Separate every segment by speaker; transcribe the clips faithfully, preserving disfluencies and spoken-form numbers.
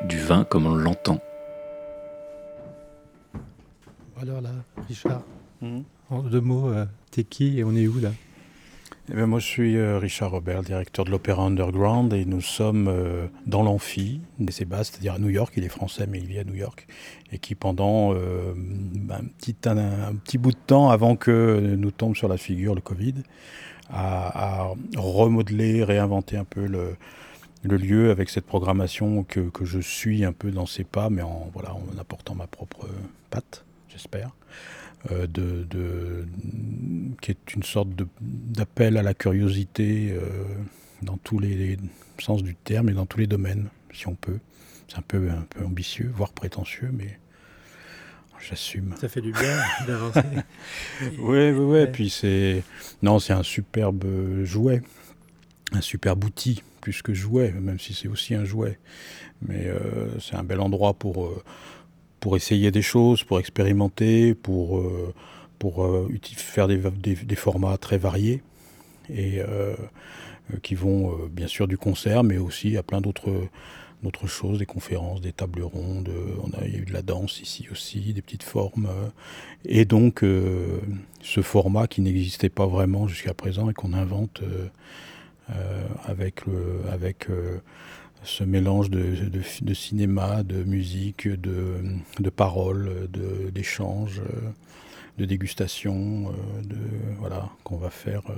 Speaker 1: du vin comme on l'entend.
Speaker 2: Alors là, Richard,
Speaker 3: mmh.
Speaker 2: en deux mots, euh, t'es qui et on est où là?
Speaker 3: Eh bien, moi, je suis euh, Richard Robert, directeur de l'Opéra Underground, et nous sommes euh, dans l'amphi de Sébastien, c'est-à-dire à New York. Il est français, mais il vit à New York, et qui pendant euh, un, petit, un, un petit bout de temps, avant que nous tombe sur la figure le Covid, a, a remodelé, réinventé un peu le, le lieu avec cette programmation que, que je suis un peu dans ses pas, mais en, voilà, en apportant ma propre patte, j'espère. Euh, de, de, qui est une sorte de, d'appel à la curiosité euh, dans tous les, les sens du terme et dans tous les domaines, si on peut. C'est un peu, un peu ambitieux, voire prétentieux, mais j'assume.
Speaker 2: Ça fait du bien d'avancer.
Speaker 3: Oui, oui, oui. Puis c'est, non, c'est un superbe jouet, un superbe outil, plus que jouet, même si c'est aussi un jouet. Mais euh, c'est un bel endroit pour... Euh, pour essayer des choses, pour expérimenter, pour, euh, pour euh, faire des, des, des formats très variés et euh, qui vont euh, bien sûr du concert, mais aussi à plein d'autres, d'autres choses, des conférences, des tables rondes. On a, il y a eu de la danse ici aussi, des petites formes. Euh, et donc euh, ce format qui n'existait pas vraiment jusqu'à présent et qu'on invente euh, euh, avec, le, avec euh, ce mélange de, de, de cinéma, de musique, de, de paroles, de, d'échanges, de dégustation, de, voilà, qu'on va faire euh,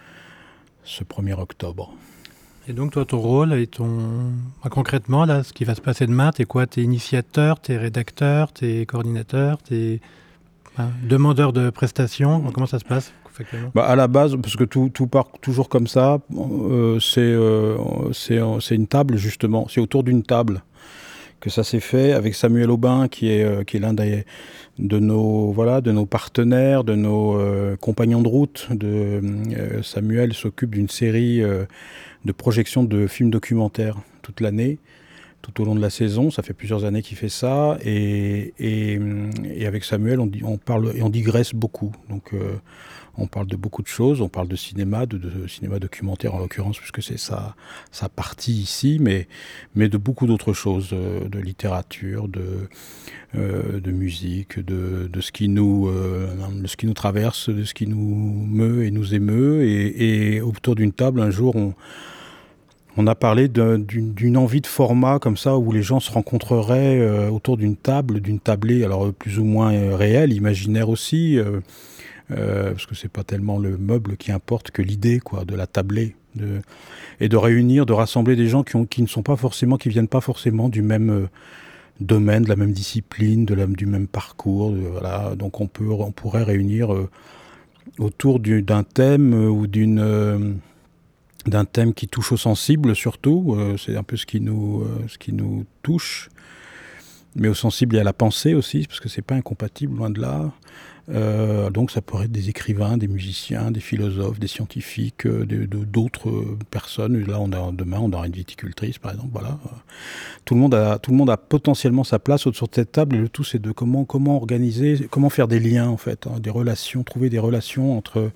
Speaker 3: ce premier octobre.
Speaker 2: Et donc toi, ton rôle et ton... Bah, concrètement, là, ce qui va se passer demain, t'es quoi? T'es initiateur, t'es rédacteur, t'es coordinateur, t'es bah, demandeur de prestations? Comment ça se passe?
Speaker 3: Bah à la base, parce que tout, tout part toujours comme ça, euh, c'est, euh, c'est, c'est une table justement, c'est autour d'une table que ça s'est fait avec Samuel Aubin qui est, euh, qui est l'un des, de, nos, voilà, de nos partenaires, de nos euh, compagnons de route. De, euh, Samuel s'occupe d'une série euh, de projections de films documentaires toute l'année, tout au long de la saison. Ça fait plusieurs années qu'il fait ça et, et, et avec Samuel on, on parle et on digresse beaucoup. Donc euh, on parle de beaucoup de choses, on parle de cinéma, de, de cinéma documentaire en l'occurrence, puisque c'est sa, sa partie ici, mais, mais de beaucoup d'autres choses, de, de littérature, de, euh, de musique, de, de, ce qui nous, euh, de ce qui nous traverse, de ce qui nous meut et nous émeut. Et, et autour d'une table, un jour, on, on a parlé de, d'une, d'une envie de format comme ça, où les gens se rencontreraient euh, autour d'une table, d'une tablée, alors plus ou moins euh, réelle, imaginaire aussi, euh, Euh, parce que c'est pas tellement le meuble qui importe que l'idée, quoi, de la tablée, de, et de réunir, de rassembler des gens qui, ont, qui ne sont pas forcément, qui viennent pas forcément du même euh, domaine, de la même discipline, de la, du même parcours. De, voilà. Donc on peut, on pourrait réunir euh, autour du, d'un thème euh, ou d'une euh, d'un thème qui touche au sensible surtout. Euh, c'est un peu ce qui nous, euh, ce qui nous touche. Mais au sensible, il y a la pensée aussi, parce que c'est pas incompatible, loin de là. Euh, donc ça pourrait être des écrivains, des musiciens, des philosophes, des scientifiques, euh, de, de, d'autres personnes. Là, on a, demain, on aura une viticultrice, par exemple. Voilà. Tout le monde a, tout le monde a potentiellement sa place autour de cette table. Et le tout, c'est de comment, comment organiser, comment faire des liens, en fait, hein, des relations, trouver des relations entre,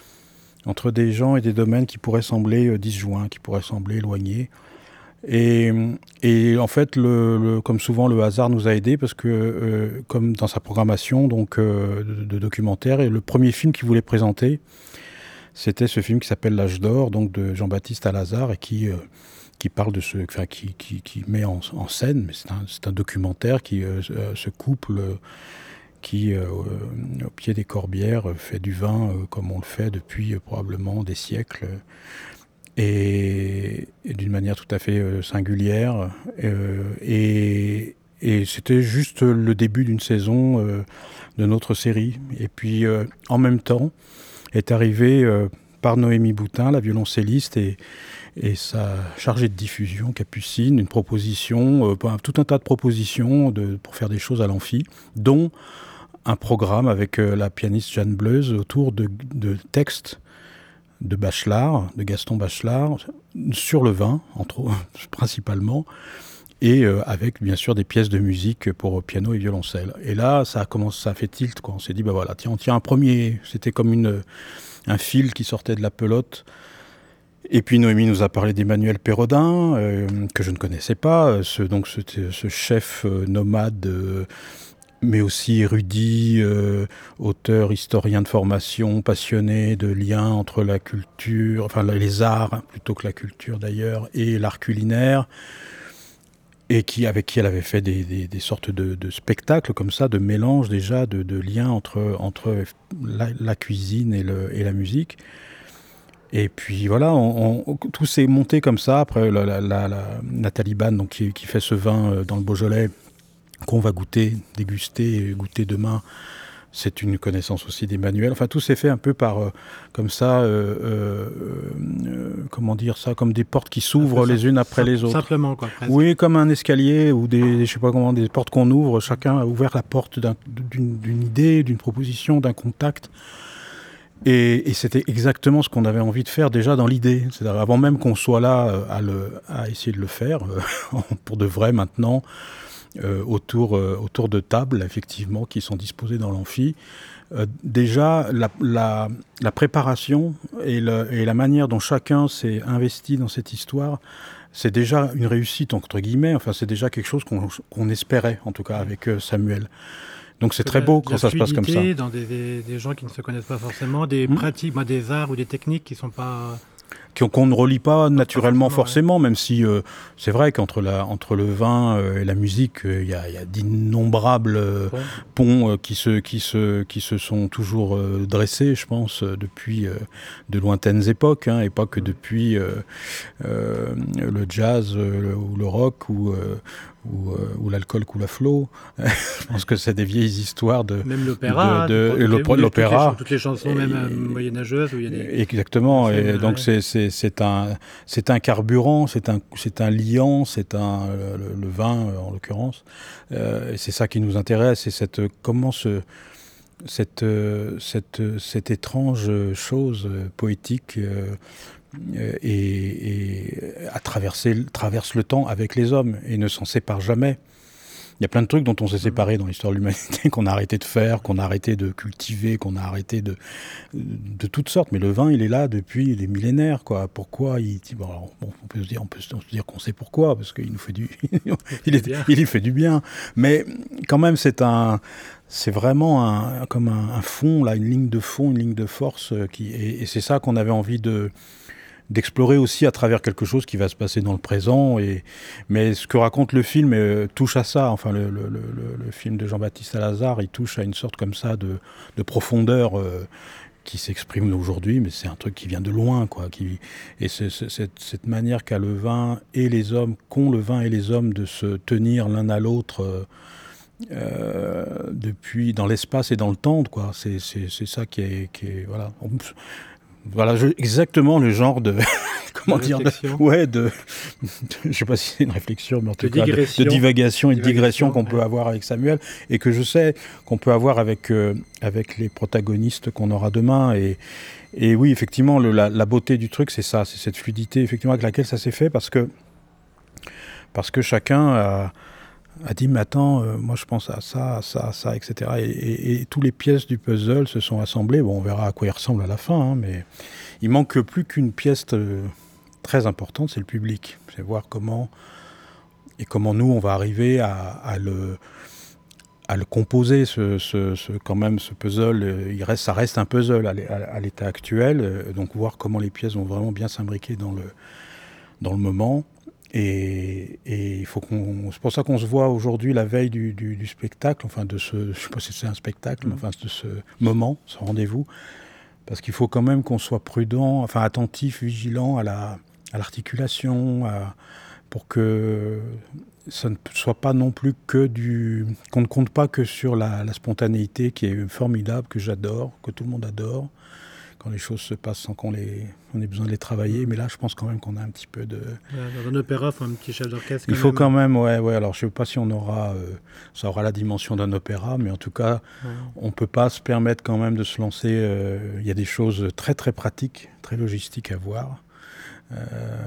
Speaker 3: entre des gens et des domaines qui pourraient sembler euh, disjoints, qui pourraient sembler éloignés. Et, et en fait, le, le, comme souvent, le hasard nous a aidés parce que, euh, comme dans sa programmation donc, euh, de, de documentaire, et le premier film qu'il voulait présenter, c'était ce film qui s'appelle L'Âge d'Or, donc de Jean-Baptiste Alazard, et qui, euh, qui parle de ce, enfin, qui, qui, qui met en, en scène, mais c'est un, c'est un documentaire qui, euh, ce couple qui, euh, au pied des Corbières, fait du vin euh, comme on le fait depuis euh, probablement des siècles. Et, et d'une manière tout à fait euh, singulière. Euh, et, et c'était juste le début d'une saison euh, de notre série. Et puis, euh, en même temps, est arrivée euh, par Noémie Boutin, la violoncelliste, et, et sa chargée de diffusion, Capucine, une proposition, euh, tout un tas de propositions de, pour faire des choses à l'amphi, dont un programme avec euh, la pianiste Jeanne Bleuze autour de, de textes de Bachelard, de Gaston Bachelard, sur le vin, entre, principalement, et euh, avec bien sûr des pièces de musique pour piano et violoncelle. Et là, ça a commencé, ça a fait tilt, quoi. On s'est dit, bah voilà, tiens, on tient un premier, c'était comme une, un fil qui sortait de la pelote, Et puis Noémie nous a parlé d'Emmanuel Perrodin, euh, que je ne connaissais pas, ce, donc ce, ce chef euh, nomade, euh, mais aussi érudit, euh, auteur, historien de formation, passionné de liens entre la culture, enfin les arts, hein, plutôt que la culture d'ailleurs, et l'art culinaire, et qui, avec qui elle avait fait des, des, des sortes de, de spectacles comme ça, de mélange déjà, de, de liens entre, entre la, la cuisine et, le, et la musique. Et puis voilà, on, on, tout s'est monté comme ça. Après, la, la, la, la Nathalie Bann, donc, qui, qui fait ce vin dans le Beaujolais, qu'on va goûter, déguster, goûter demain, c'est une connaissance aussi d'Emmanuel. Enfin, tout s'est fait un peu par, euh, comme ça, euh, euh, euh, comment dire ça, comme des portes qui s'ouvrent les unes après les autres.
Speaker 2: Simplement, quoi, presque.
Speaker 3: Oui, comme un escalier ou des, je sais pas comment, des portes qu'on ouvre. Chacun a ouvert la porte d'un, d'une, d'une idée, d'une proposition, d'un contact. Et, et c'était exactement ce qu'on avait envie de faire déjà dans l'idée. C'est-à-dire avant même qu'on soit là à, le, à essayer de le faire, euh, pour de vrai maintenant, euh, autour, euh, autour de tables, effectivement, qui sont disposées dans l'amphi. Euh, déjà, la, la, la préparation et, le, et la manière dont chacun s'est investi dans cette histoire, c'est déjà une réussite, entre guillemets. Enfin, c'est déjà quelque chose qu'on, qu'on espérait, en tout cas, avec euh, Samuel. Donc c'est très beau quand ça se passe comme ça.
Speaker 2: Dans des, des, des gens qui ne se connaissent pas forcément, des mmh. pratiques, bah, des arts ou des techniques qui ne sont pas...
Speaker 3: qu'on ne relie pas naturellement forcément,
Speaker 2: forcément
Speaker 3: ouais. Même si euh, c'est vrai qu'entre la, entre le vin euh, et la musique, il euh, y, y a d'innombrables euh, bon. ponts euh, qui, se, qui, se, qui se sont toujours euh, dressés, je pense, euh, depuis euh, de lointaines époques, hein, et pas que depuis euh, euh, le jazz euh, ou le rock ou... Euh, Où, euh, où l'alcool coule à flot. Je pense que c'est des vieilles histoires de...
Speaker 2: Même l'opéra,
Speaker 3: de, de,
Speaker 2: de,
Speaker 3: l'opéra,
Speaker 2: l'opéra. Toutes, les, toutes les chansons, et, même euh, moyenâgeuses. Où il y a des...
Speaker 3: Exactement, et ouais. donc c'est, c'est, c'est, un, c'est un carburant, c'est un, c'est un liant, c'est un, le, le vin en l'occurrence. Euh, et c'est ça qui nous intéresse, c'est cette, comment ce... Cette, cette, cette étrange chose poétique euh, et, et à traverser, traverse le temps avec les hommes et ne s'en sépare jamais. Il y a plein de trucs dont on s'est séparés dans l'histoire de l'humanité, qu'on a arrêté de faire, qu'on a arrêté de cultiver, qu'on a arrêté de, de toutes sortes. Mais le vin, il est là depuis des millénaires, quoi. Pourquoi il, bon, alors, bon, on peut se dire, on peut se dire qu'on sait pourquoi, parce qu'il nous fait du, il, est, il y fait du bien. Mais quand même, c'est un, c'est vraiment un, comme un, un fond, là, une ligne de fond, une ligne de force, qui, et, et c'est ça qu'on avait envie de d'explorer aussi à travers quelque chose qui va se passer dans le présent. Et, mais ce que raconte le film euh, touche à ça. Enfin, le, le, le, le film de Jean-Baptiste Salazar, il touche à une sorte comme ça de, de profondeur euh, qui s'exprime aujourd'hui, mais c'est un truc qui vient de loin, quoi. Qui, et c'est, c'est, cette, cette manière qu'a le vin et les hommes, qu'ont le vin et les hommes de se tenir l'un à l'autre euh, euh, depuis, dans l'espace et dans le temps, quoi. C'est, c'est, c'est ça qui est... Qui est voilà. Voilà, je, exactement le genre de... comment
Speaker 2: de
Speaker 3: dire de, Ouais, de, de... Je ne sais pas si c'est une réflexion, mais en tout
Speaker 2: de
Speaker 3: cas, de, de divagation et de digression qu'on ouais. peut avoir avec Samuel, et que je sais qu'on peut avoir avec, euh, avec les protagonistes qu'on aura demain. Et, et oui, effectivement, le, la, la beauté du truc, c'est ça, c'est cette fluidité, effectivement, avec laquelle ça s'est fait, parce que, parce que chacun a... a dit, mais attends, euh, moi je pense à ça, à ça, à ça, et cetera. Et, et, et toutes les pièces du puzzle se sont assemblées. Bon, on verra à quoi il ressemble à la fin, hein, mais il manque plus qu'une pièce euh, très importante, c'est le public. C'est voir comment, et comment nous, on va arriver à, à, le, à le composer, ce, ce, ce, quand même, ce puzzle. Il reste, ça reste un puzzle à, à, à l'état actuel, donc voir comment les pièces vont vraiment bien s'imbriquer dans le, dans le moment. Et, et il faut qu'on, c'est pour ça qu'on se voit aujourd'hui la veille du, du, du spectacle, enfin de ce, je sais pas si c'est un spectacle, mmh. mais enfin de ce moment, ce rendez-vous, parce qu'il faut quand même qu'on soit prudent, enfin attentif, vigilant à la, à l'articulation, à, pour que ça ne soit pas non plus que du, qu'on ne compte pas que sur la, la spontanéité qui est formidable, que j'adore, que tout le monde adore. Quand les choses se passent sans qu'on les, on ait besoin de les travailler. Mais là, je pense quand même qu'on a un petit peu de...
Speaker 2: Ouais, dans un opéra, il faut un petit chef d'orchestre.
Speaker 3: Il faut même. quand même, ouais, ouais. Alors, je ne sais pas si on aura... Euh, ça aura la dimension d'un opéra, mais en tout cas, ouais. on ne peut pas se permettre quand même de se lancer... Il euh, y a des choses très, très pratiques, très logistiques à voir. Euh,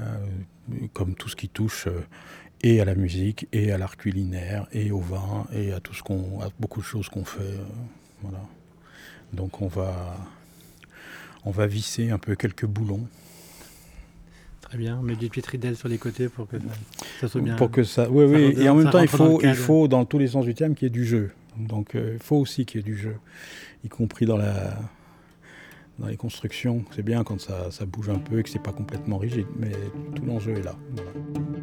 Speaker 3: comme tout ce qui touche... Euh, et à la musique, et à l'art culinaire, et au vin, et à tout ce qu'on... à beaucoup de choses qu'on fait. Euh, voilà. Donc, on va... On va visser un peu quelques boulons.
Speaker 2: Très bien, on met du pitridel sur les côtés pour que ça, ça soit bien.
Speaker 3: Pour que ça, oui,
Speaker 2: ça
Speaker 3: oui.
Speaker 2: rentre-
Speaker 3: Et en même
Speaker 2: ça
Speaker 3: temps, il
Speaker 2: rentre dans le
Speaker 3: faut, il
Speaker 2: cadre.
Speaker 3: faut, dans tous les sens du terme, qu'il y ait du jeu. Donc, euh, il faut aussi qu'il y ait du jeu, y compris dans la, dans les constructions. C'est bien quand ça, ça bouge un peu et que c'est pas complètement rigide, mais tout l'enjeu est là. Voilà.